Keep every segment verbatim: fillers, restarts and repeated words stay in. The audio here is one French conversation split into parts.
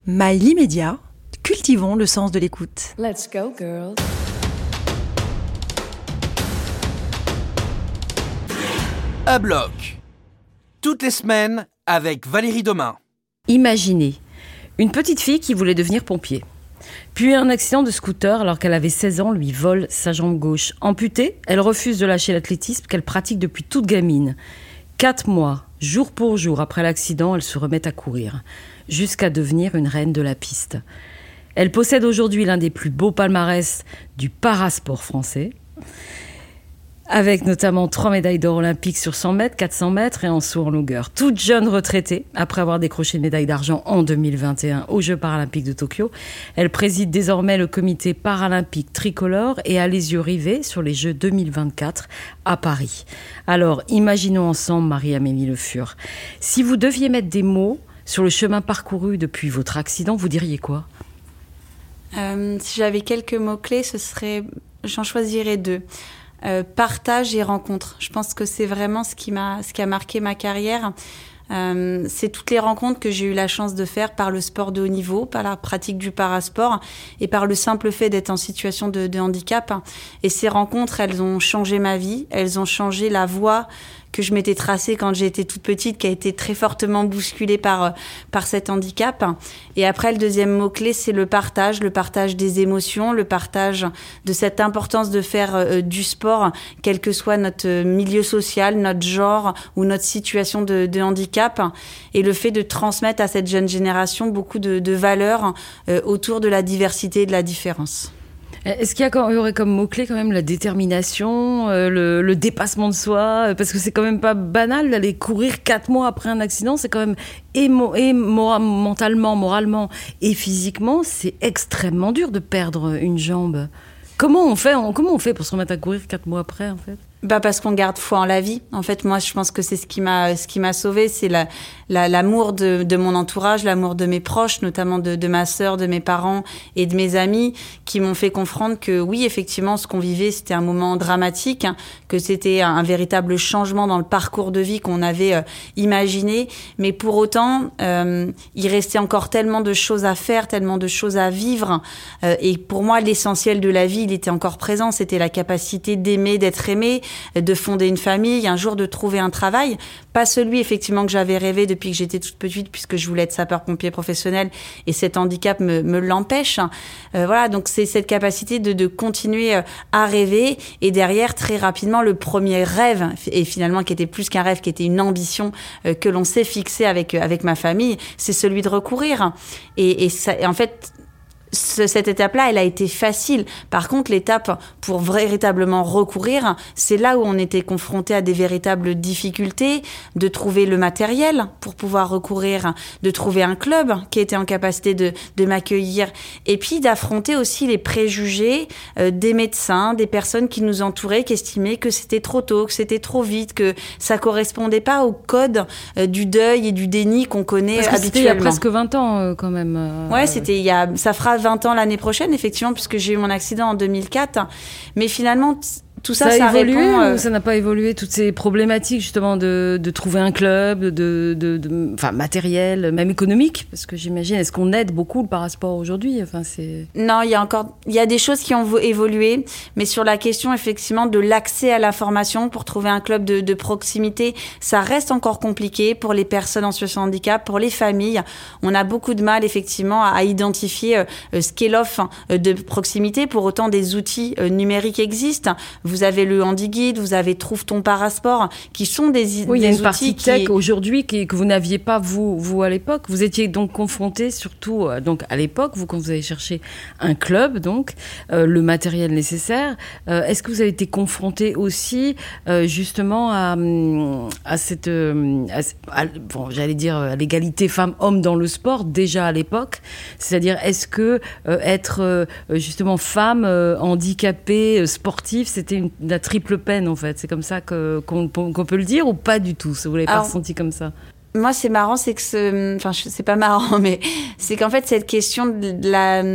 Mail immédiat, cultivons le sens de l'écoute. Let's go, girls. À bloc. Toutes les semaines avec Valérie Domain. Imaginez, une petite fille qui voulait devenir pompier. Puis un accident de scooter alors qu'elle avait seize ans lui vole sa jambe gauche. Amputée, elle refuse de lâcher l'athlétisme qu'elle pratique depuis toute gamine. Quatre mois, jour pour jour après l'accident, elle se remet à courir, jusqu'à devenir une reine de la piste. Elle possède aujourd'hui l'un des plus beaux palmarès du parasport français, avec notamment trois médailles d'or olympiques sur cent mètres, quatre cents mètres et en saut en longueur. Toute jeune retraitée, après avoir décroché une médaille d'argent en deux mille vingt et un aux Jeux paralympiques de Tokyo, elle préside désormais le comité paralympique tricolore et a les yeux rivés sur les Jeux deux mille vingt-quatre à Paris. Alors, imaginons ensemble, Marie-Amélie Le Fur, si vous deviez mettre des mots sur le chemin parcouru depuis votre accident, vous diriez quoi ? euh, Si j'avais quelques mots-clés, ce serait, j'en choisirais deux. Euh, partage et rencontre. Je pense que c'est vraiment ce qui m'a, ce qui a marqué ma carrière. Euh, c'est toutes les rencontres que j'ai eu la chance de faire par le sport de haut niveau, par la pratique du parasport et par le simple fait d'être en situation de, de handicap. Et ces rencontres, elles ont changé ma vie, elles ont changé la voie que je m'étais tracée quand j'étais toute petite, qui a été très fortement bousculée par par cet handicap. Et après, le deuxième mot-clé, c'est le partage, le partage des émotions, le partage de cette importance de faire euh, du sport, quel que soit notre milieu social, notre genre ou notre situation de, de handicap, et le fait de transmettre à cette jeune génération beaucoup de, de valeurs euh, autour de la diversité et de la différence. Est-ce qu'il y, a, il y aurait comme mot-clé quand même la détermination, euh, le, le dépassement de soi, parce que c'est quand même pas banal d'aller courir quatre mois après un accident, c'est quand même et, mo- et mora- mentalement, moralement et physiquement, c'est extrêmement dur de perdre une jambe. Comment on fait, on, comment on fait pour se remettre à courir quatre mois après en fait ? Bah parce qu'on garde foi en la vie. En fait, moi, je pense que c'est ce qui m'a, ce qui m'a sauvée, c'est la, la, l'amour de, de mon entourage, l'amour de mes proches, notamment de, de ma sœur, de mes parents et de mes amis, qui m'ont fait comprendre que oui, effectivement, ce qu'on vivait, c'était un moment dramatique, hein, que c'était un, un véritable changement dans le parcours de vie qu'on avait euh, imaginé. Mais pour autant, euh, il restait encore tellement de choses à faire, tellement de choses à vivre. Euh, et pour moi, l'essentiel de la vie, il était encore présent. C'était la capacité d'aimer, d'être aimé, de fonder une famille, un jour de trouver un travail, pas celui effectivement que j'avais rêvé depuis que j'étais toute petite puisque je voulais être sapeur-pompier professionnel et cet handicap me, me l'empêche. Euh, voilà, donc c'est cette capacité de, de continuer à rêver et derrière très rapidement le premier rêve et finalement qui était plus qu'un rêve, qui était une ambition euh, que l'on s'est fixée avec avec ma famille, c'est celui de recourir et, et, ça, et en fait Ce, cette étape-là, elle a été facile. Par contre, l'étape pour véritablement recourir, c'est là où on était confronté à des véritables difficultés, de trouver le matériel pour pouvoir recourir, de trouver un club qui était en capacité de, de m'accueillir, et puis d'affronter aussi les préjugés euh, des médecins, des personnes qui nous entouraient, qui estimaient que c'était trop tôt, que c'était trop vite, que ça correspondait pas au code euh, du deuil et du déni qu'on connaît Parce que habituellement. C'était il y a presque vingt ans euh, quand même. Euh... Ouais, c'était il y a, ça fera vingt ans l'année prochaine, effectivement, puisque j'ai eu mon accident en deux mille quatre. Mais finalement, t- tout ça, ça, ça, a évolué répond... Euh... ou ça n'a pas évolué, toutes ces problématiques, justement, de, de trouver un club, de, de, de, enfin, matériel, même économique, parce que j'imagine, est-ce qu'on aide beaucoup le parasport aujourd'hui ? Enfin, c'est... Non, il y a encore... Il y a des choses qui ont évolué, mais sur la question, effectivement, de l'accès à la formation pour trouver un club de, de proximité, ça reste encore compliqué pour les personnes en situation de handicap, pour les familles. On a beaucoup de mal, effectivement, à identifier euh, ce qu'est l'offre de proximité. Pour autant, des outils euh, numériques existent. Vous avez le HandiGuide, vous avez Trouve ton parasport, qui sont des, oui, des il y a une outils partie qui... tech aujourd'hui qui, que vous n'aviez pas, vous, vous à l'époque. Vous étiez donc confronté, surtout euh, donc, à l'époque, vous, quand vous avez cherché un club, donc, euh, le matériel nécessaire. Euh, est-ce que vous avez été confronté aussi, euh, justement, à, à cette... Euh, à, à, bon, j'allais dire, à l'égalité femmes-hommes dans le sport, déjà à l'époque. C'est-à-dire, est-ce que euh, être, euh, justement, femme, euh, handicapée, euh, sportive, c'était une, la triple peine, en fait. C'est comme ça que, qu'on, qu'on peut le dire ou pas du tout ? Vous l'avez pas ressenti comme ça ? Moi, c'est marrant, c'est que ce... Enfin, c'est pas marrant, mais c'est qu'en fait, cette question de la...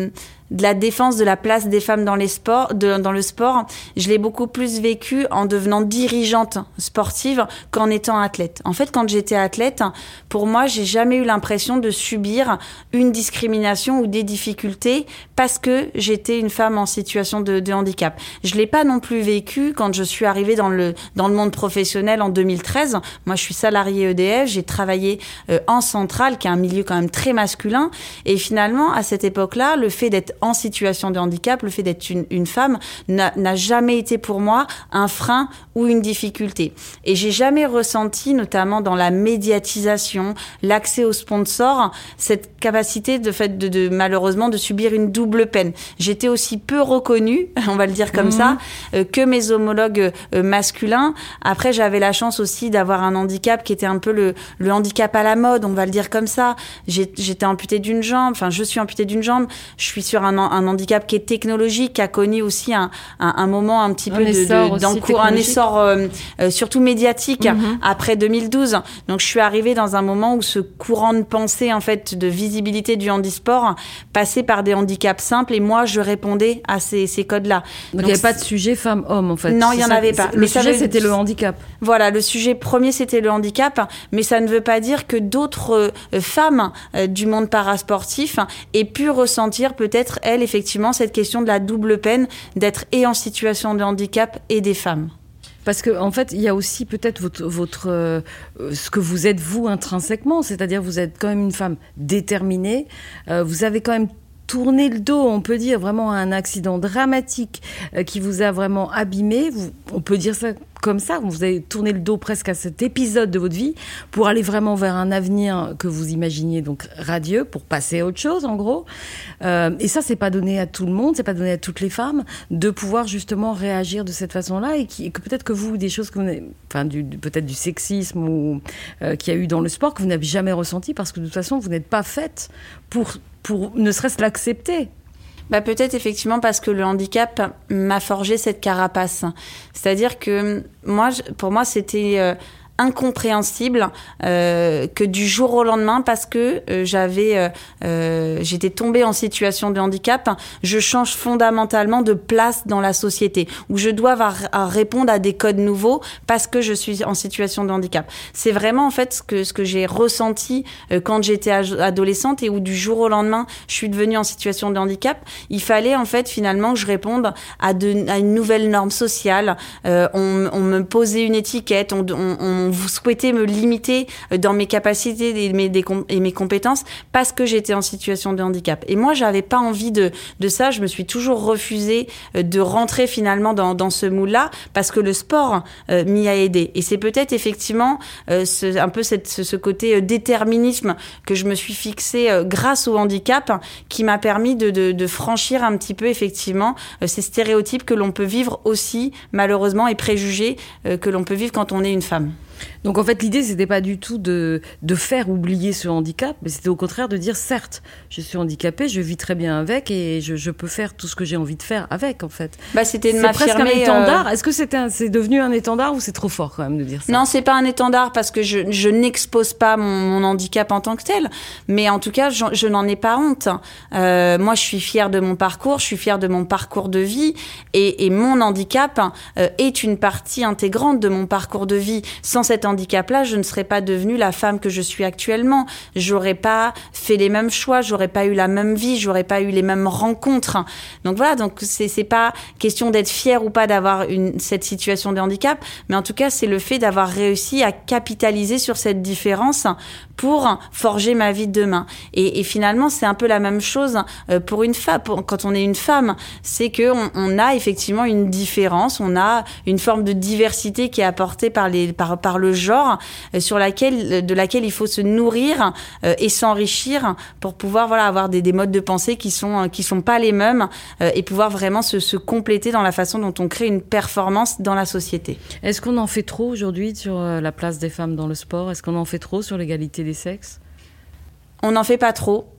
de la défense de la place des femmes dans les sports, de, dans le sport, je l'ai beaucoup plus vécu en devenant dirigeante sportive qu'en étant athlète. En fait, quand j'étais athlète, pour moi, j'ai jamais eu l'impression de subir une discrimination ou des difficultés parce que j'étais une femme en situation de, de handicap. Je l'ai pas non plus vécu quand je suis arrivée dans le dans le monde professionnel en deux mille treize. Moi, je suis salariée E D F, j'ai travaillé euh, en centrale, qui est un milieu quand même très masculin, et finalement, à cette époque-là, le fait d'être en situation de handicap, le fait d'être une, une femme n'a, n'a jamais été pour moi un frein ou une difficulté. Et j'ai jamais ressenti, notamment dans la médiatisation, l'accès aux sponsors, cette capacité de fait de, de malheureusement de subir une double peine. J'étais aussi peu reconnue, on va le dire comme mmh. ça, euh, que mes homologues euh, masculins. Après, j'avais la chance aussi d'avoir un handicap qui était un peu le, le handicap à la mode, on va le dire comme ça. J'ai, j'étais amputée d'une jambe, enfin je suis amputée d'une jambe. Je suis sur un, un handicap qui est technologique, qui a connu aussi un, un, un moment un petit un peu de, de, d'encours, un essor euh, euh, surtout médiatique mm-hmm. après deux mille douze. Donc je suis arrivée dans un moment où ce courant de pensée en fait de visibilité du handisport passait par des handicaps simples et moi je répondais à ces, ces codes-là. Donc, Donc il n'y avait pas de sujet femme-homme en fait. Non, il n'y en avait pas. Le mais sujet veut... c'était le handicap. Voilà, le sujet premier c'était le handicap, mais ça ne veut pas dire que d'autres euh, femmes euh, du monde parasportif aient pu ressentir peut-être, elles, effectivement, cette question de la double peine d'être et en situation de handicap et des femmes. Parce qu'en en fait, il y a aussi peut-être votre, votre, euh, ce que vous êtes, vous, intrinsèquement. C'est-à-dire, vous êtes quand même une femme déterminée. Euh, vous avez quand même tourné le dos, on peut dire, vraiment à un accident dramatique euh, qui vous a vraiment abîmé. Vous, on peut dire ça comme ça. Vous avez tourné le dos presque à cet épisode de votre vie pour aller vraiment vers un avenir que vous imaginiez donc radieux, pour passer à autre chose, en gros. Euh, et ça, c'est pas donné à tout le monde, c'est pas donné à toutes les femmes de pouvoir justement réagir de cette façon-là et, qui, et que peut-être que vous, des choses que vous n'avez, enfin, du, peut-être du sexisme ou euh, qu'il y a eu dans le sport que vous n'avez jamais ressenti parce que de toute façon, vous n'êtes pas faite pour, pour ne serait-ce l'accepter. Bah peut-être effectivement parce que le handicap m'a forgé cette carapace. C'est-à-dire que moi, pour moi, c'était euh, incompréhensible euh, que du jour au lendemain, parce que euh, j'avais, euh, euh, j'étais tombée en situation de handicap, je change fondamentalement de place dans la société, où je dois avoir à répondre à des codes nouveaux parce que je suis en situation de handicap. C'est vraiment en fait ce que ce que j'ai ressenti euh, quand j'étais adolescente et où du jour au lendemain, je suis devenue en situation de handicap. Il fallait en fait finalement que je réponde à, de, à une nouvelle norme sociale. Euh, on, on me posait une étiquette, on, on, on vous souhaitez me limiter dans mes capacités et mes, des, et mes compétences parce que j'étais en situation de handicap. Et moi, j'avais pas envie de, de ça. Je me suis toujours refusée de rentrer finalement dans, dans ce moule-là parce que le sport euh, m'y a aidé. Et c'est peut-être effectivement euh, ce, un peu cette, ce, ce côté euh, déterminisme que je me suis fixé euh, grâce au handicap qui m'a permis de, de, de franchir un petit peu effectivement euh, ces stéréotypes que l'on peut vivre aussi malheureusement et préjugés euh, que l'on peut vivre quand on est une femme. Donc en fait, l'idée, c'était pas du tout de, de faire oublier ce handicap, mais c'était au contraire de dire, certes, je suis handicapée, je vis très bien avec et je, je peux faire tout ce que j'ai envie de faire avec, en fait. Bah, c'était de c'est m'affirmer... presque un étendard. Euh... Est-ce que c'était un, c'est devenu un étendard ou c'est trop fort quand même de dire ça ? Non, c'est pas un étendard parce que je, je n'expose pas mon, mon handicap en tant que tel, mais en tout cas, je, je n'en ai pas honte. Euh, moi, je suis fière de mon parcours, je suis fière de mon parcours de vie et, et mon handicap euh, est une partie intégrante de mon parcours de vie. Sans cet handicap-là, je ne serais pas devenue la femme que je suis actuellement. J'aurais pas fait les mêmes choix, j'aurais pas eu la même vie, j'aurais pas eu les mêmes rencontres. Donc voilà, donc c'est, c'est pas question d'être fière ou pas d'avoir une, cette situation de handicap, mais en tout cas, c'est le fait d'avoir réussi à capitaliser sur cette différence pour forger ma vie de demain. Et, et finalement, c'est un peu la même chose pour une femme. Pour, quand on est une femme, c'est que on, on a effectivement une différence, on a une forme de diversité qui est apportée par les par, par le genre, euh, sur laquelle de laquelle il faut se nourrir euh, et s'enrichir pour pouvoir voilà avoir des, des modes de pensée qui sont euh, qui sont pas les mêmes euh, et pouvoir vraiment se, se compléter dans la façon dont on crée une performance dans la société. Est-ce qu'on en fait trop aujourd'hui sur euh, la place des femmes dans le sport ? Est-ce qu'on en fait trop sur l'égalité des sexes ? On n'en fait pas trop.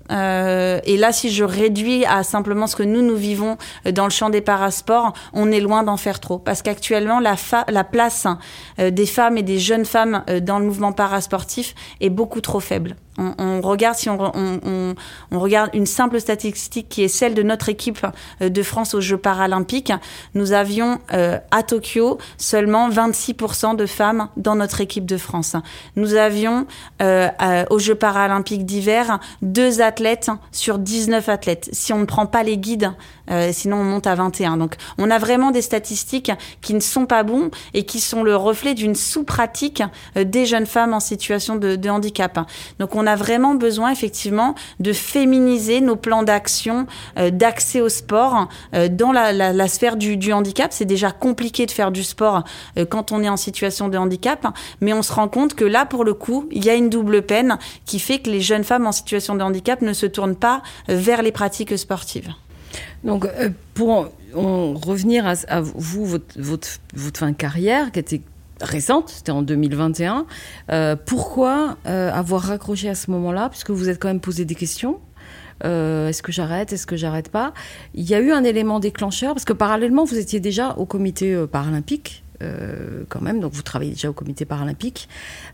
Euh, et là, si je réduis à simplement ce que nous, nous vivons dans le champ des parasports, on est loin d'en faire trop. Parce qu'actuellement, la, fa- la place euh, des femmes et des jeunes femmes euh, dans le mouvement parasportif est beaucoup trop faible. On, on regarde, si on, on, on, on regarde une simple statistique qui est celle de notre équipe de France aux Jeux paralympiques, nous avions euh, à Tokyo seulement vingt-six pour cent de femmes dans notre équipe de France. Nous avions euh, euh, aux Jeux paralympiques d'hiver deux athlètes sur dix-neuf athlètes. Si on ne prend pas les guides, euh, sinon on monte à vingt et un. Donc on a vraiment des statistiques qui ne sont pas bons et qui sont le reflet d'une sous-pratique euh, des jeunes femmes en situation de, de handicap. Donc on a vraiment besoin effectivement de féminiser nos plans d'action, euh, d'accès au sport euh, dans la, la, la sphère du, du handicap. C'est déjà compliqué de faire du sport euh, quand on est en situation de handicap, mais on se rend compte que là, pour le coup, il y a une double peine qui fait que les jeunes femmes en situation de handicap ne se tournent pas euh, vers les pratiques sportives. Donc, euh, pour en, en revenir à, à vous, votre, votre, votre fin de carrière, qui était récente, c'était en deux mille vingt et un. Euh, pourquoi euh, avoir raccroché à ce moment-là, puisque vous êtes quand même posé des questions euh, est-ce que j'arrête, est-ce que j'arrête pas? Il y a eu un élément déclencheur, parce que parallèlement, vous étiez déjà au comité euh, paralympique, euh, quand même, donc vous travaillez déjà au comité paralympique.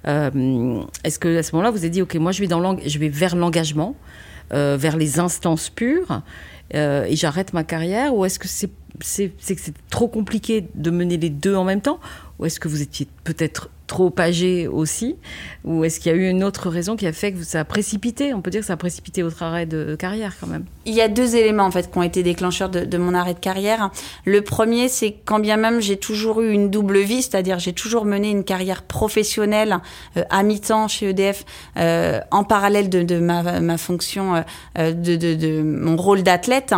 Euh, est-ce que à ce moment-là, vous avez dit, ok, moi je vais, dans je vais vers l'engagement, euh, vers les instances pures, euh, et j'arrête ma carrière, ou est-ce que c'est, c'est, c'est que c'est trop compliqué de mener les deux en même temps? Ou est-ce que vous étiez peut-être trop âgé aussi? Ou est-ce qu'il y a eu une autre raison qui a fait que ça a précipité? On peut dire que ça a précipité votre arrêt de carrière quand même. Il y a deux éléments en fait qui ont été déclencheurs de, de mon arrêt de carrière. Le premier, c'est quand bien même j'ai toujours eu une double vie, c'est-à-dire j'ai toujours mené une carrière professionnelle euh, à mi-temps chez E D F euh, en parallèle de, de ma, ma fonction, euh, de, de, de mon rôle d'athlète.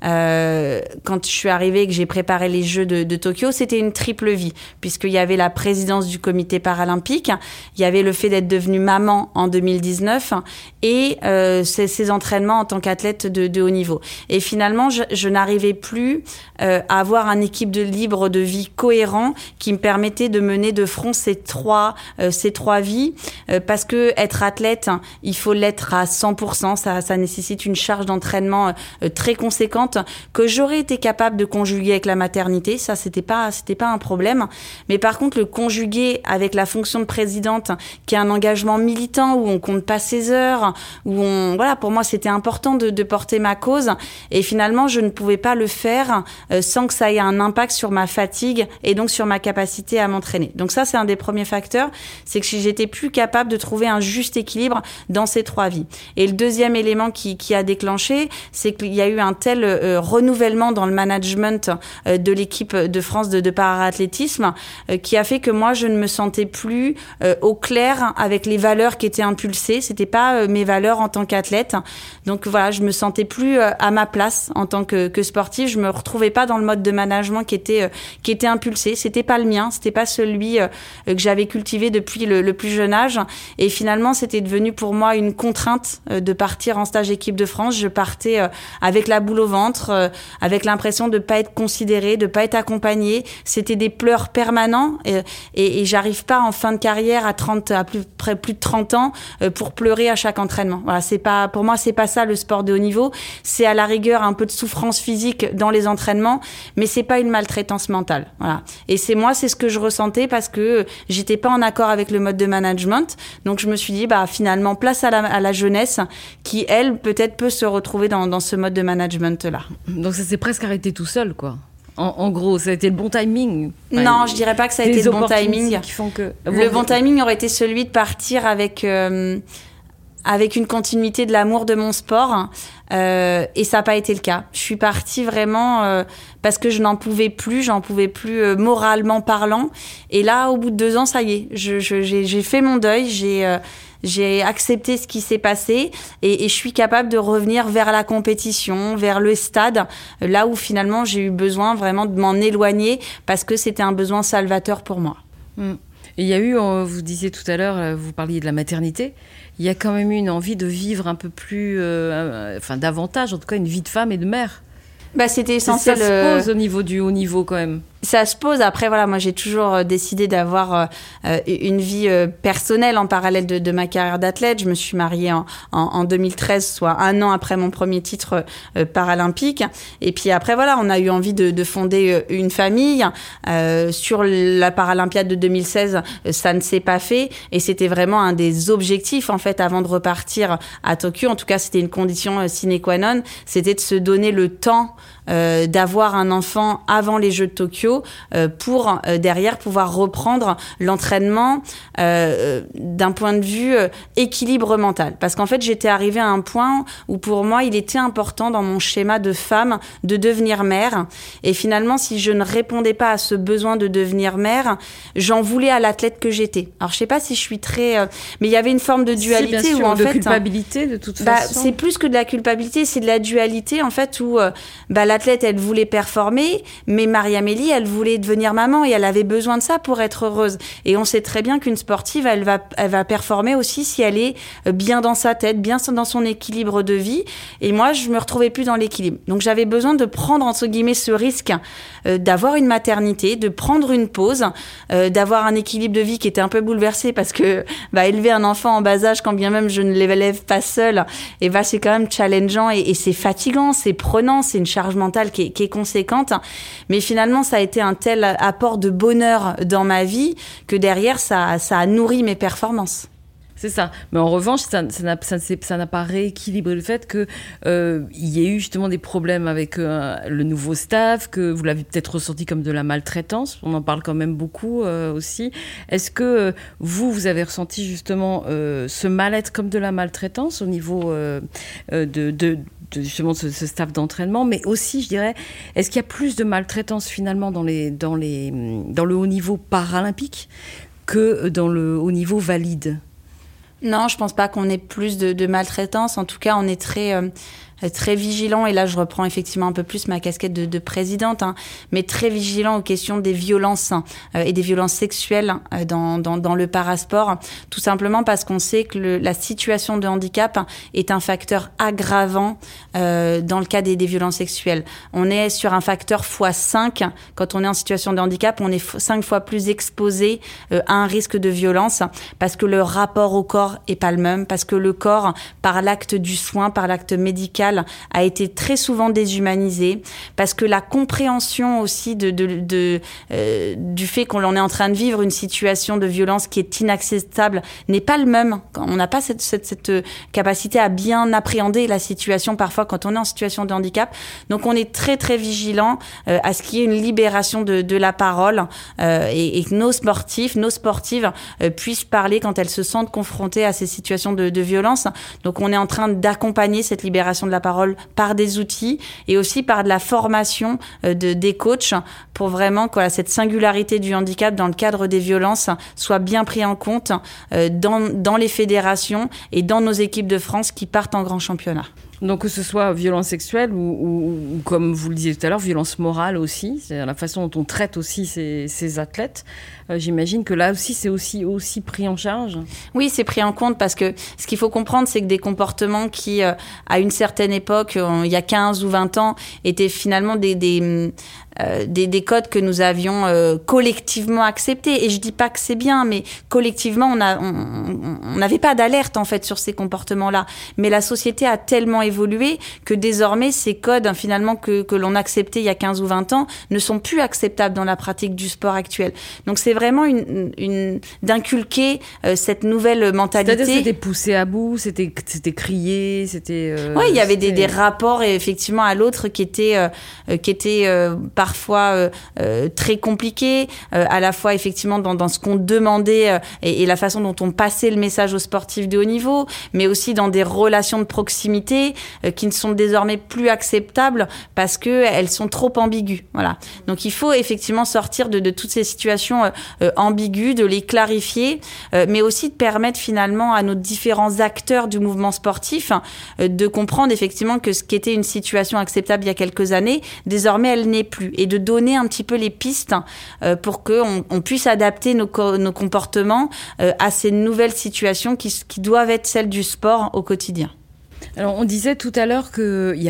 Euh, quand je suis arrivée et que j'ai préparé les Jeux de, de Tokyo, c'était une triple vie, puisqu'il y avait la présidence du comité paralympique, il y avait le fait d'être devenue maman en deux mille dix-neuf et euh, ces, ces entraînements en tant qu'athlète de, de haut niveau. Et finalement, je, je n'arrivais plus euh, à avoir un équilibre de libre de vie cohérent qui me permettait de mener de front ces trois, euh, ces trois vies, euh, parce que être athlète, il faut l'être à cent pour cent, ça, ça nécessite une charge d'entraînement euh, très conséquente que j'aurais été capable de conjuguer avec la maternité, ça c'était pas, c'était pas un problème. Mais par contre, le conjuguer avec la fonction de présidente, qui est un engagement militant où on compte pas ses heures, où on, voilà, pour moi, c'était important de, de porter ma cause. Et finalement, je ne pouvais pas le faire euh, sans que ça ait un impact sur ma fatigue et donc sur ma capacité à m'entraîner. Donc ça, c'est un des premiers facteurs, c'est que j'étais plus capable de trouver un juste équilibre dans ces trois vies. Et le deuxième élément qui, qui a déclenché, c'est qu'il y a eu un tel euh, renouvellement dans le management euh, de l'équipe de France de, de para-athlétisme euh, qui a fait que moi, je ne me sentais plus euh, au clair avec les valeurs qui étaient impulsées. C'était pas euh, mes valeurs en tant qu'athlète. Donc voilà, je me sentais plus euh, à ma place en tant que, que sportive. Je me retrouvais pas dans le mode de management qui était euh, qui était impulsé. C'était pas le mien. C'était pas celui euh, que j'avais cultivé depuis le, le plus jeune âge. Et finalement, c'était devenu pour moi une contrainte euh, de partir en stage équipe de France. Je partais euh, avec la boule au ventre, euh, avec l'impression de pas être considérée, de pas être accompagnée. C'était des pleurs permanents. Et, et, et j'arrive pas en fin de carrière à trente, à plus près plus de trente ans euh, pour pleurer à chaque entraînement. Voilà, c'est pas, pour moi, c'est pas ça le sport de haut niveau. C'est à la rigueur un peu de souffrance physique dans les entraînements, mais c'est pas une maltraitance mentale. Voilà. Et c'est moi, c'est ce que je ressentais parce que j'étais pas en accord avec le mode de management. Donc je me suis dit, bah finalement, place à la, à la jeunesse qui, elle, peut-être peut se retrouver dans, dans ce mode de management-là. Donc ça s'est presque arrêté tout seul, quoi. En, en gros, ça a été le bon timing. Enfin, non, je dirais pas que ça a été le bon timing. Qui font que... Le bon timing aurait été celui de partir avec euh, avec une continuité de l'amour de mon sport, euh, et ça n'a pas été le cas. Je suis partie vraiment euh, parce que je n'en pouvais plus, j'en pouvais plus euh, moralement parlant. Et là, au bout de deux ans, ça y est, je, je, j'ai, j'ai fait mon deuil, j'ai euh, J'ai accepté ce qui s'est passé et, et je suis capable de revenir vers la compétition, vers le stade, là où finalement j'ai eu besoin vraiment de m'en éloigner parce que c'était un besoin salvateur pour moi. Mmh. Et il y a eu, vous disiez tout à l'heure, vous parliez de la maternité, il y a quand même eu une envie de vivre un peu plus, euh, enfin davantage, en tout cas une vie de femme et de mère. Bah, c'était essentiel. Ça se pose au niveau du haut niveau quand même. Ça se pose. Après, voilà, moi, j'ai toujours décidé d'avoir euh, une vie euh, personnelle en parallèle de, de ma carrière d'athlète. Je me suis mariée en, en, en deux mille treize, soit un an après mon premier titre euh, paralympique. Et puis après, voilà, on a eu envie de, de fonder une famille. Euh, sur la Paralympiade de deux mille seize, ça ne s'est pas fait. Et c'était vraiment un des objectifs, en fait, avant de repartir à Tokyo. En tout cas, c'était une condition sine qua non. C'était de se donner le temps Euh, d'avoir un enfant avant les Jeux de Tokyo euh, pour euh, derrière pouvoir reprendre l'entraînement euh, d'un point de vue euh, équilibre mental. Parce qu'en fait, j'étais arrivée à un point où pour moi, il était important dans mon schéma de femme de devenir mère. Et finalement, si je ne répondais pas à ce besoin de devenir mère, j'en voulais à l'athlète que j'étais. Alors, je sais pas si je suis très... Euh, mais il y avait une forme de dualité si, bien sûr, où en de fait... culpabilité, de toute bah, façon. C'est plus que de la culpabilité, c'est de la dualité, en fait, où... Euh, bah, l'athlète, elle voulait performer, mais Marie-Amélie, elle voulait devenir maman et elle avait besoin de ça pour être heureuse. Et on sait très bien qu'une sportive, elle va, elle va performer aussi si elle est bien dans sa tête, bien dans son équilibre de vie. Et moi, je me retrouvais plus dans l'équilibre. Donc, j'avais besoin de prendre, entre guillemets, ce risque euh, d'avoir une maternité, de prendre une pause, euh, d'avoir un équilibre de vie qui était un peu bouleversé parce que bah, élever un enfant en bas âge, quand bien même je ne l'élève pas seule, et bah, c'est quand même challengeant et, et c'est fatigant, c'est prenant, c'est une charge mentale qui est, qui est conséquente. Mais finalement, ça a été un tel apport de bonheur dans ma vie que derrière, ça, ça a nourri mes performances. C'est ça. Mais en revanche, ça, ça, n'a, ça, ça n'a pas rééquilibré le fait qu'il euh, y ait eu justement des problèmes avec euh, le nouveau staff, que vous l'avez peut-être ressenti comme de la maltraitance. On en parle quand même beaucoup euh, aussi. Est-ce que euh, vous, vous avez ressenti justement euh, ce mal-être comme de la maltraitance au niveau euh, de, de, de justement ce, ce staff d'entraînement, mais aussi, je dirais, est-ce qu'il y a plus de maltraitance finalement dans, les, dans, les, dans le haut niveau paralympique que dans le haut niveau valide ? Non, je pense pas qu'on ait plus de, de maltraitance. En tout cas, on est très... Euh très vigilant, et là je reprends effectivement un peu plus ma casquette de, de présidente, hein, mais très vigilant aux questions des violences hein, euh, et des violences sexuelles euh, dans, dans, dans le parasport, tout simplement parce qu'on sait que le, la situation de handicap est un facteur aggravant euh, dans le cas des, des violences sexuelles. On est sur un facteur fois cinq, quand on est en situation de handicap, on est cinq fois plus exposé euh, à un risque de violence, parce que le rapport au corps est pas le même, parce que le corps, par l'acte du soin, par l'acte médical, a été très souvent déshumanisé, parce que la compréhension aussi de, de, de, euh, du fait qu'on est en train de vivre une situation de violence qui est inacceptable n'est pas le même. On n'a pas cette, cette, cette capacité à bien appréhender la situation parfois quand on est en situation de handicap. Donc on est très très vigilant euh, à ce qu'il y ait une libération de, de la parole euh, et, et que nos sportifs, nos sportives euh, puissent parler quand elles se sentent confrontées à ces situations de, de violence. Donc on est en train d'accompagner cette libération de la parole par des outils et aussi par de la formation euh, de, des coachs pour vraiment que voilà, cette singularité du handicap dans le cadre des violences soit bien pris en compte euh, dans, dans les fédérations et dans nos équipes de France qui partent en grand championnat. Donc que ce soit violence sexuelle ou, ou, ou comme vous le disiez tout à l'heure, violence morale aussi, c'est la façon dont on traite aussi ces, ces athlètes. Euh, j'imagine que là aussi, c'est aussi, aussi pris en charge. Oui, c'est pris en compte parce que ce qu'il faut comprendre, c'est que des comportements qui, euh, à une certaine époque, euh, il y a quinze ou vingt ans, étaient finalement des... des Euh, des, des codes que nous avions euh, collectivement acceptés. Et je dis pas que c'est bien, mais collectivement, on a, on n'avait pas d'alerte en fait sur ces comportements-là. Mais la société a tellement évolué que désormais, ces codes hein, finalement que, que l'on acceptait il y a quinze ou vingt ans ne sont plus acceptables dans la pratique du sport actuel. Donc c'est vraiment une, une, d'inculquer euh, cette nouvelle mentalité. C'est-à-dire c'était poussé à bout, c'était, c'était crié, c'était... Euh, oui, il y avait des, des rapports effectivement à l'autre qui étaient, euh, qui étaient euh, parfois euh, euh, très compliqué, euh, à la fois effectivement dans, dans ce qu'on demandait euh, et, et la façon dont on passait le message aux sportifs de haut niveau, mais aussi dans des relations de proximité euh, qui ne sont désormais plus acceptables parce que elles sont trop ambiguës. Voilà. Donc il faut effectivement sortir de, de toutes ces situations euh, euh, ambiguës, de les clarifier, euh, mais aussi de permettre finalement à nos différents acteurs du mouvement sportif euh, de comprendre effectivement que ce qui était une situation acceptable il y a quelques années, désormais elle n'est plus. Et de donner un petit peu les pistes euh, pour qu'on on puisse adapter nos, co- nos comportements euh, à ces nouvelles situations qui, qui doivent être celles du sport au quotidien. Alors, on disait tout à l'heure qu'il y avait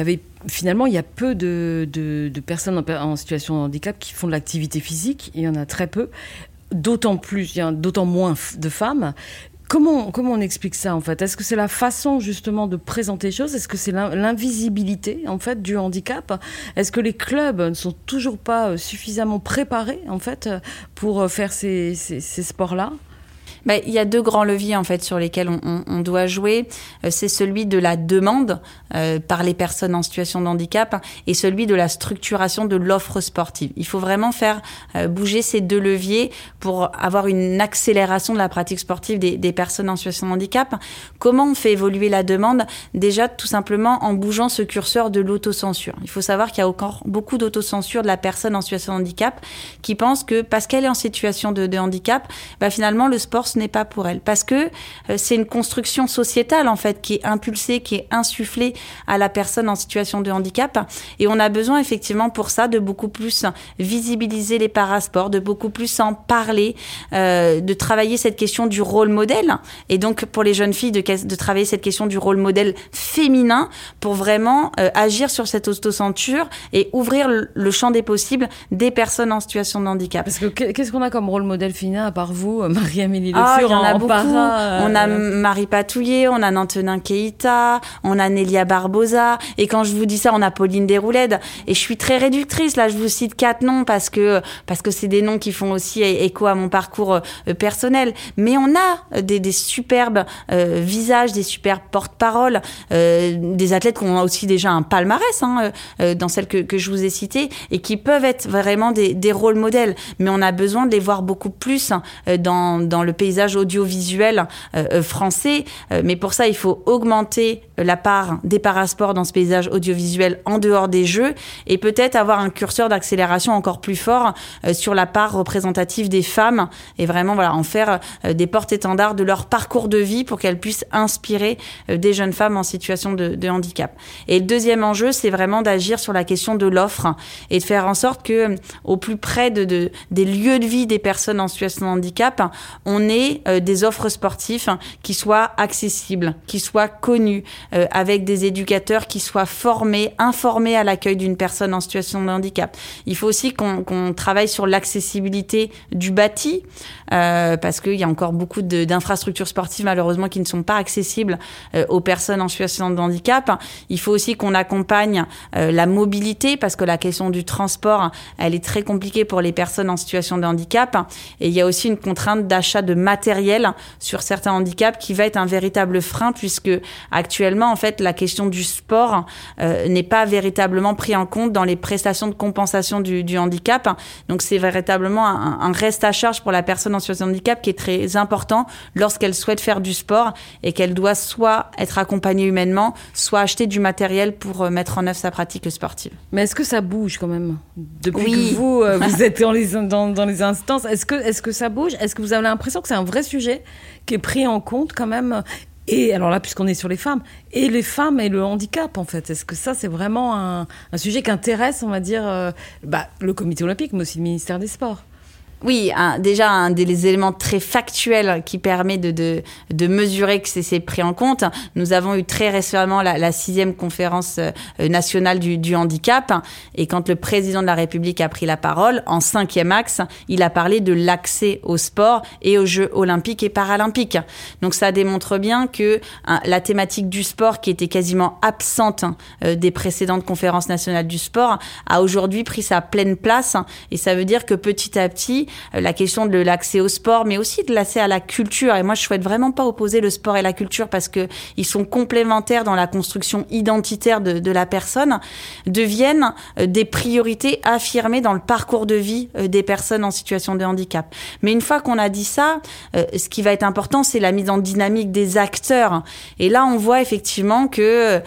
finalement, il y a peu de, de, de personnes en, en situation de handicap qui font de l'activité physique. Il y en a très peu. D'autant plus, il y a d'autant moins de femmes. Comment, comment on explique ça, en fait ? Est-ce que c'est la façon, justement, de présenter les choses ? Est-ce que c'est l'invisibilité, en fait, du handicap ? Est-ce que les clubs ne sont toujours pas suffisamment préparés, en fait, pour faire ces, ces, ces sports-là ? Ben, il y a deux grands leviers en fait sur lesquels on, on, on doit jouer. Euh, c'est celui de la demande euh, par les personnes en situation de handicap et celui de la structuration de l'offre sportive. Il faut vraiment faire euh, bouger ces deux leviers pour avoir une accélération de la pratique sportive des, des personnes en situation de handicap. Comment on fait évoluer la demande ? Déjà, tout simplement en bougeant ce curseur de l'autocensure. Il faut savoir qu'il y a encore beaucoup d'autocensure de la personne en situation de handicap qui pense que parce qu'elle est en situation de, de handicap, ben, finalement le sport ce n'est pas pour elle, parce que euh, c'est une construction sociétale en fait qui est impulsée, qui est insufflée à la personne en situation de handicap, et on a besoin effectivement pour ça de beaucoup plus visibiliser les parasports, de beaucoup plus en parler, euh, de travailler cette question du rôle modèle, et donc pour les jeunes filles de, de travailler cette question du rôle modèle féminin pour vraiment euh, agir sur cette autocensure et ouvrir le, le champ des possibles des personnes en situation de handicap. Parce que qu'est-ce qu'on a comme rôle modèle féminin à part vous, Marie-Amélie Ah, il y en a en beaucoup. Para, euh... On a Marie Patouillet, on a Nantenin Keïta, on a Nélia Barbosa. Et quand je vous dis ça, on a Pauline Desroulèdes. Et je suis très réductrice. Là, je vous cite quatre noms parce que, parce que c'est des noms qui font aussi écho à mon parcours euh, personnel. Mais on a des, des superbes euh, visages, des superbes porte-paroles, euh, des athlètes qui ont aussi déjà un palmarès hein, euh, dans celles que, que je vous ai citées et qui peuvent être vraiment des, des rôles modèles. Mais on a besoin de les voir beaucoup plus euh, dans, dans le paysage audiovisuel euh, français, euh, mais pour ça il faut augmenter la part des parasports dans ce paysage audiovisuel en dehors des jeux et peut-être avoir un curseur d'accélération encore plus fort euh, sur la part représentative des femmes et vraiment voilà en faire euh, des porte-étendards de leur parcours de vie pour qu'elles puissent inspirer euh, des jeunes femmes en situation de, de handicap. Et le deuxième enjeu, c'est vraiment d'agir sur la question de l'offre et de faire en sorte que au plus près de, de, des lieux de vie des personnes en situation de handicap, on ait Euh, des offres sportives hein, qui soient accessibles, qui soient connues, euh, avec des éducateurs qui soient formés, informés à l'accueil d'une personne en situation de handicap. Il faut aussi qu'on, qu'on travaille sur l'accessibilité du bâti, euh, parce qu'il y a encore beaucoup de, d'infrastructures sportives malheureusement qui ne sont pas accessibles euh, aux personnes en situation de handicap. Il faut aussi qu'on accompagne euh, la mobilité, parce que la question du transport, elle est très compliquée pour les personnes en situation de handicap. Et il y a aussi une contrainte d'achat de matériel sur certains handicaps qui va être un véritable frein, puisque actuellement en fait la question du sport euh, n'est pas véritablement pris en compte dans les prestations de compensation du, du handicap. Donc c'est véritablement un, un reste à charge pour la personne en situation de handicap qui est très important lorsqu'elle souhaite faire du sport et qu'elle doit soit être accompagnée humainement, soit acheter du matériel pour euh, mettre en œuvre sa pratique sportive. Mais est-ce que ça bouge quand même depuis oui. que vous euh, vous êtes dans les dans, dans les instances? Est-ce que est-ce que ça bouge? Est-ce que vous avez l'impression que c'est un vrai sujet qui est pris en compte quand même? Et alors là, puisqu'on est sur les femmes, et les femmes et le handicap, en fait, est-ce que ça, c'est vraiment un, un sujet qui intéresse, on va dire, euh, bah, le comité olympique, mais aussi le ministère des Sports? Oui, un, déjà un des éléments très factuels qui permet de, de, de mesurer que c'est, c'est pris en compte. Nous avons eu très récemment la, la sixième conférence nationale du, du handicap, et quand le président de la République a pris la parole, en cinquième axe, il a parlé de l'accès au sport et aux Jeux olympiques et paralympiques. Donc ça démontre bien que hein, la thématique du sport, qui était quasiment absente euh, des précédentes conférences nationales du sport, a aujourd'hui pris sa pleine place, et ça veut dire que petit à petit, la question de l'accès au sport, mais aussi de l'accès à la culture. Et moi, je souhaite vraiment pas opposer le sport et la culture, parce que ils sont complémentaires dans la construction identitaire de, de la personne, deviennent des priorités affirmées dans le parcours de vie des personnes en situation de handicap. Mais une fois qu'on a dit ça, ce qui va être important, c'est la mise en dynamique des acteurs. Et là, on voit effectivement que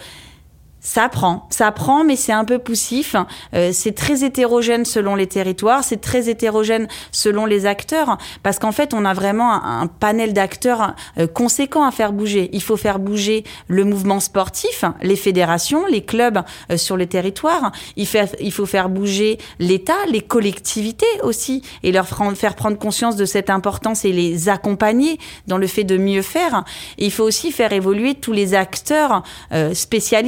ça prend, ça prend, mais c'est un peu poussif. Euh, c'est très hétérogène selon les territoires, c'est très hétérogène selon les acteurs, parce qu'en fait, on a vraiment un, un panel d'acteurs euh, conséquent à faire bouger. Il faut faire bouger le mouvement sportif, les fédérations, les clubs euh, sur les territoires. Il, fait, il faut faire bouger l'État, les collectivités aussi, et leur faire prendre conscience de cette importance et les accompagner dans le fait de mieux faire. Et il faut aussi faire évoluer tous les acteurs euh, spécialistes du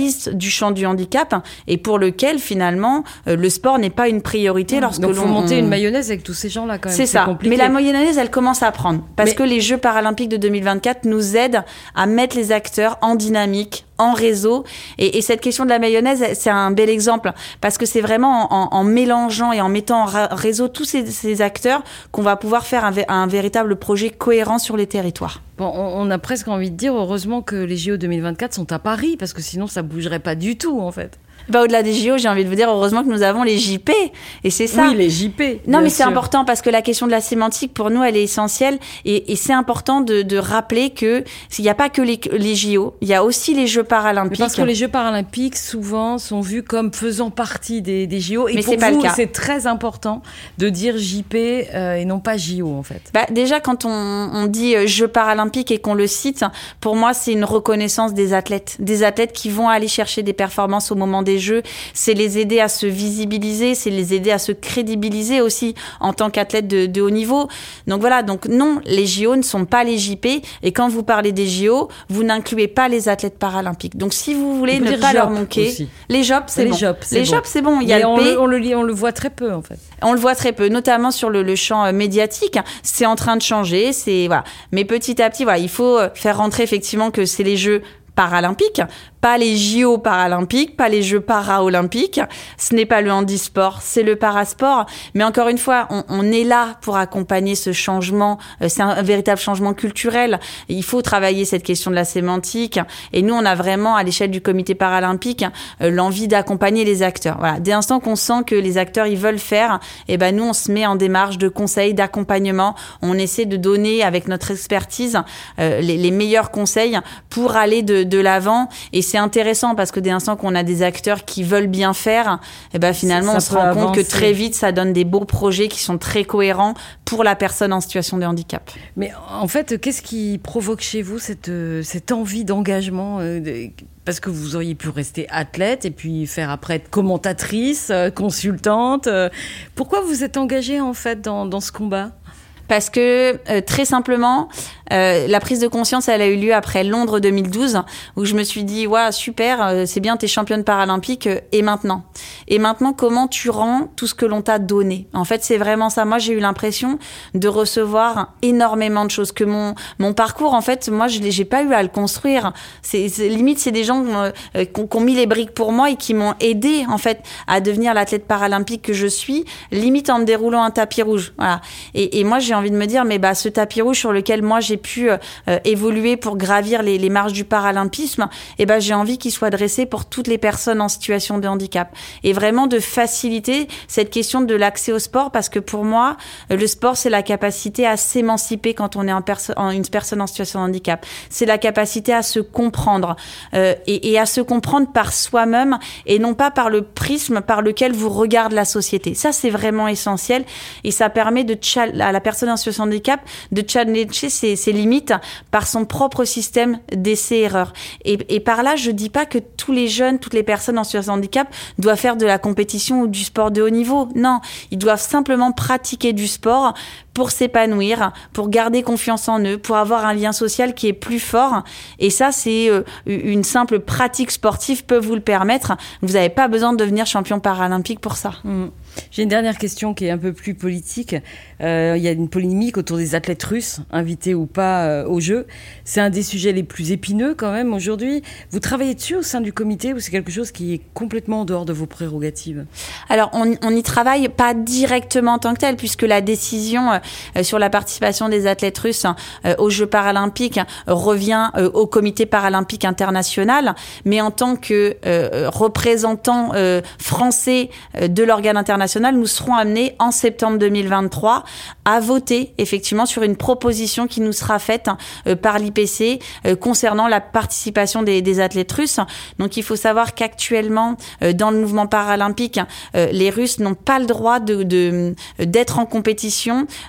du champ du handicap et pour lequel finalement euh, le sport n'est pas une priorité lorsque Donc, l'on... faut monter on... une mayonnaise avec tous ces gens-là quand même. C'est, c'est ça. compliqué. Mais la mayonnaise, elle commence à prendre parce Mais... que les Jeux paralympiques de deux mille vingt-quatre nous aident à mettre les acteurs en dynamique, en réseau. Et, et cette question de la mayonnaise, c'est un bel exemple parce que c'est vraiment en, en mélangeant et en mettant en ra- réseau tous ces, ces acteurs qu'on va pouvoir faire un, un véritable projet cohérent sur les territoires. Bon, on, on a presque envie de dire heureusement que les J O deux mille vingt-quatre sont à Paris parce que sinon ça bougerait pas du tout en fait. Bah, au-delà des J O, j'ai envie de vous dire heureusement que nous avons les J P et c'est ça. Oui, les J P. Non, mais sûr. c'est important parce que la question de la sémantique pour nous, elle est essentielle et, et c'est important de, de rappeler que il n'y a pas que les, les J O, il y a aussi les Jeux paralympiques. Mais parce que les Jeux paralympiques souvent sont vus comme faisant partie des, des J O et mais pour c'est pas vous, le cas. c'est très important de dire J P euh, et non pas J O en fait. Bah, déjà quand on, on dit Jeux paralympiques et qu'on le cite, pour moi c'est une reconnaissance des athlètes, des athlètes qui vont aller chercher des performances au moment des Jeux. C'est les aider à se visibiliser, c'est les aider à se crédibiliser aussi en tant qu'athlète de, de haut niveau. Donc voilà, donc non, les J O ne sont pas les J P et quand vous parlez des J O, vous n'incluez pas les athlètes paralympiques. Donc si vous voulez ne pas leur manquer, aussi. les J O P c'est les bon. J O P, c'est les bon. J O P c'est bon, il y a Mais le on, P. le, on, le lit, on le voit très peu en fait. On le voit très peu, notamment sur le, le champ médiatique. C'est en train de changer, c'est voilà. Mais petit à petit, voilà, il faut faire rentrer effectivement que c'est les Jeux paralympiques, pas les J O paralympiques, pas les Jeux para-olympiques. Ce n'est pas le handisport, c'est le parasport. Mais encore une fois, on, on est là pour accompagner ce changement. C'est un, un véritable changement culturel. Il faut travailler cette question de la sémantique. Et nous, on a vraiment, à l'échelle du comité paralympique, euh, l'envie d'accompagner les acteurs. Voilà. Dès l'instant qu'on sent que les acteurs, ils veulent faire, eh ben, nous, on se met en démarche de conseil, d'accompagnement. On essaie de donner, avec notre expertise, euh, les, les meilleurs conseils pour aller de, de l'avant. Et c'est intéressant parce que dès l'instant qu'on a des acteurs qui veulent bien faire, eh ben finalement, ça, on ça se rend avancer. compte que très vite, ça donne des beaux projets qui sont très cohérents pour la personne en situation de handicap. Mais en fait, qu'est-ce qui provoque chez vous cette, cette envie d'engagement euh, de... Parce que vous auriez pu rester athlète et puis faire après être commentatrice, euh, consultante. Euh, pourquoi vous êtes engagée en fait dans, dans ce combat ? Parce que euh, très simplement, euh, la prise de conscience, elle a eu lieu après Londres deux mille douze, où je me suis dit, ouais, super, euh, c'est bien, t'es championne paralympique, euh, et maintenant Et maintenant, comment tu rends tout ce que l'on t'a donné ? En fait, c'est vraiment ça. Moi, j'ai eu l'impression de recevoir énormément de choses, que mon mon parcours, en fait, moi, je l'ai, j'ai pas eu à le construire. C'est, c'est limite, c'est des gens euh, qui ont mis les briques pour moi et qui m'ont aidé, en fait, à devenir l'athlète paralympique que je suis, limite en me déroulant un tapis rouge. Voilà. Et, et moi, j'ai envie de me dire, mais bah, ce tapis rouge sur lequel moi j'ai pu euh, évoluer pour gravir les, les marches du paralympisme, et ben bah, j'ai envie qu'il soit dressé pour toutes les personnes en situation de handicap. Et vraiment de faciliter cette question de l'accès au sport, parce que pour moi, le sport, c'est la capacité à s'émanciper quand on est en perso- en une personne en situation de handicap. C'est la capacité à se comprendre euh, et, et à se comprendre par soi-même et non pas par le prisme par lequel vous regarde la société. Ça, c'est vraiment essentiel et ça permet de chal- à la personne en situation de handicap de challenger ses, ses limites par son propre système d'essai-erreur. Et, et par là, je dis pas que tous les jeunes, toutes les personnes en situation de handicap doivent faire de la compétition ou du sport de haut niveau. Non, ils doivent simplement pratiquer du sport pour s'épanouir, pour garder confiance en eux, pour avoir un lien social qui est plus fort. Et ça, c'est euh, une simple pratique sportive peut vous le permettre. Vous n'avez pas besoin de devenir champion paralympique pour ça. Mmh. J'ai une dernière question qui est un peu plus politique. Euh, il y a une polémique autour des athlètes russes, invités ou pas euh, aux Jeux. C'est un des sujets les plus épineux quand même aujourd'hui. Vous travaillez dessus au sein du comité ou c'est quelque chose qui est complètement en dehors de vos prérogatives ? Alors, on, on y travaille pas directement en tant que tel, puisque la décision euh, sur la participation des athlètes russes euh, aux Jeux paralympiques revient euh, au comité paralympique international. Mais en tant que euh, représentant euh, français euh, de l'organe international, nous serons amenés en septembre deux mille vingt-trois à voter effectivement sur une proposition qui nous sera faite euh, par l'I P C euh, concernant la participation des, des athlètes russes. Donc il faut savoir qu'actuellement euh, dans le mouvement paralympique, euh, les Russes n'ont pas le droit de, de, d'être en compétition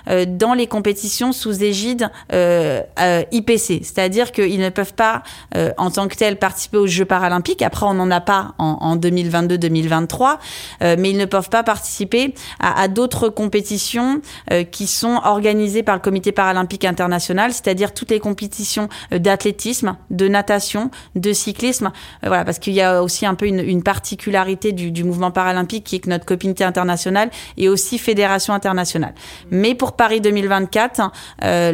euh, dans les compétitions sous égide euh, euh, I P C, c'est-à-dire qu'ils ne peuvent pas euh, en tant que tels participer aux Jeux paralympiques. Après, on n'en a pas en, en deux mille vingt-deux deux mille vingt-trois, euh, mais ils ne peuvent pas participer à, à d'autres compétitions euh, qui sont organisées par le Comité paralympique international, c'est-à-dire toutes les compétitions d'athlétisme, de natation, de cyclisme. Euh, voilà, parce qu'il y a aussi un peu une, une particularité du, du mouvement paralympique qui est que notre comité international est aussi fédération internationale. Mais pour Paris deux mille vingt-quatre, euh,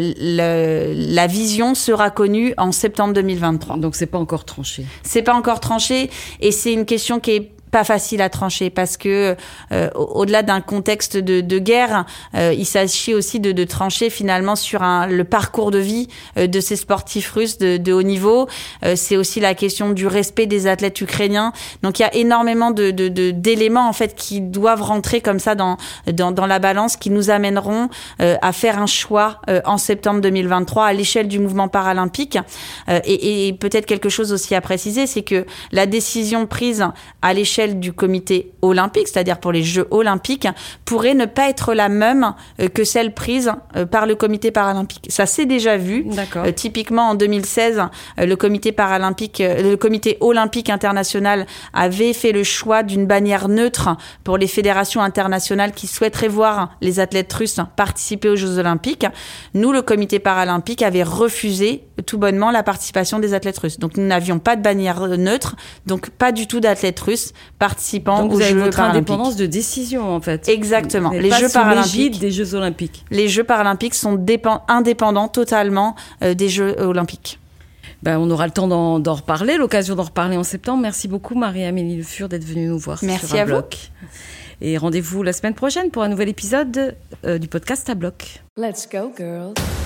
le, la vision sera connue en septembre deux mille vingt-trois. Donc c'est pas encore tranché. C'est pas encore tranché et c'est une question qui est pas facile à trancher parce que euh, au-delà d'un contexte de, de guerre, euh, il s'agit aussi de, de trancher finalement sur un, le parcours de vie euh, de ces sportifs russes de, de haut niveau. Euh, c'est aussi la question du respect des athlètes ukrainiens. Donc il y a énormément de, de, de d'éléments en fait qui doivent rentrer comme ça dans dans, dans la balance, qui nous amèneront euh, à faire un choix euh, en septembre deux mille vingt-trois à l'échelle du mouvement paralympique. Euh, et, et peut-être quelque chose aussi à préciser, c'est que la décision prise à l'échelle du comité olympique, c'est-à-dire pour les Jeux olympiques, pourrait ne pas être la même que celle prise par le comité paralympique. Ça s'est déjà vu. D'accord. Euh, typiquement, en deux mille seize, le comité paralympique, le comité olympique international avait fait le choix d'une bannière neutre pour les fédérations internationales qui souhaiteraient voir les athlètes russes participer aux Jeux olympiques. Nous, le comité paralympique, avait refusé tout bonnement la participation des athlètes russes. Donc, nous n'avions pas de bannière neutre, donc pas du tout d'athlètes russes participant Donc aux vous avez Jeux votre paralympiques. indépendance de décision en fait. Exactement. Vous Les pas Jeux sous paralympiques, l'égide des Jeux olympiques. Les Jeux paralympiques sont dépend- indépendants totalement euh, des Jeux olympiques. Ben, on aura le temps d'en, d'en reparler, l'occasion d'en reparler en septembre. Merci beaucoup Marie-Amélie Le Fur d'être venue nous voir Merci sur à À vous. Bloc. Et rendez-vous la semaine prochaine pour un nouvel épisode euh, du podcast À Bloc. Let's go, girls.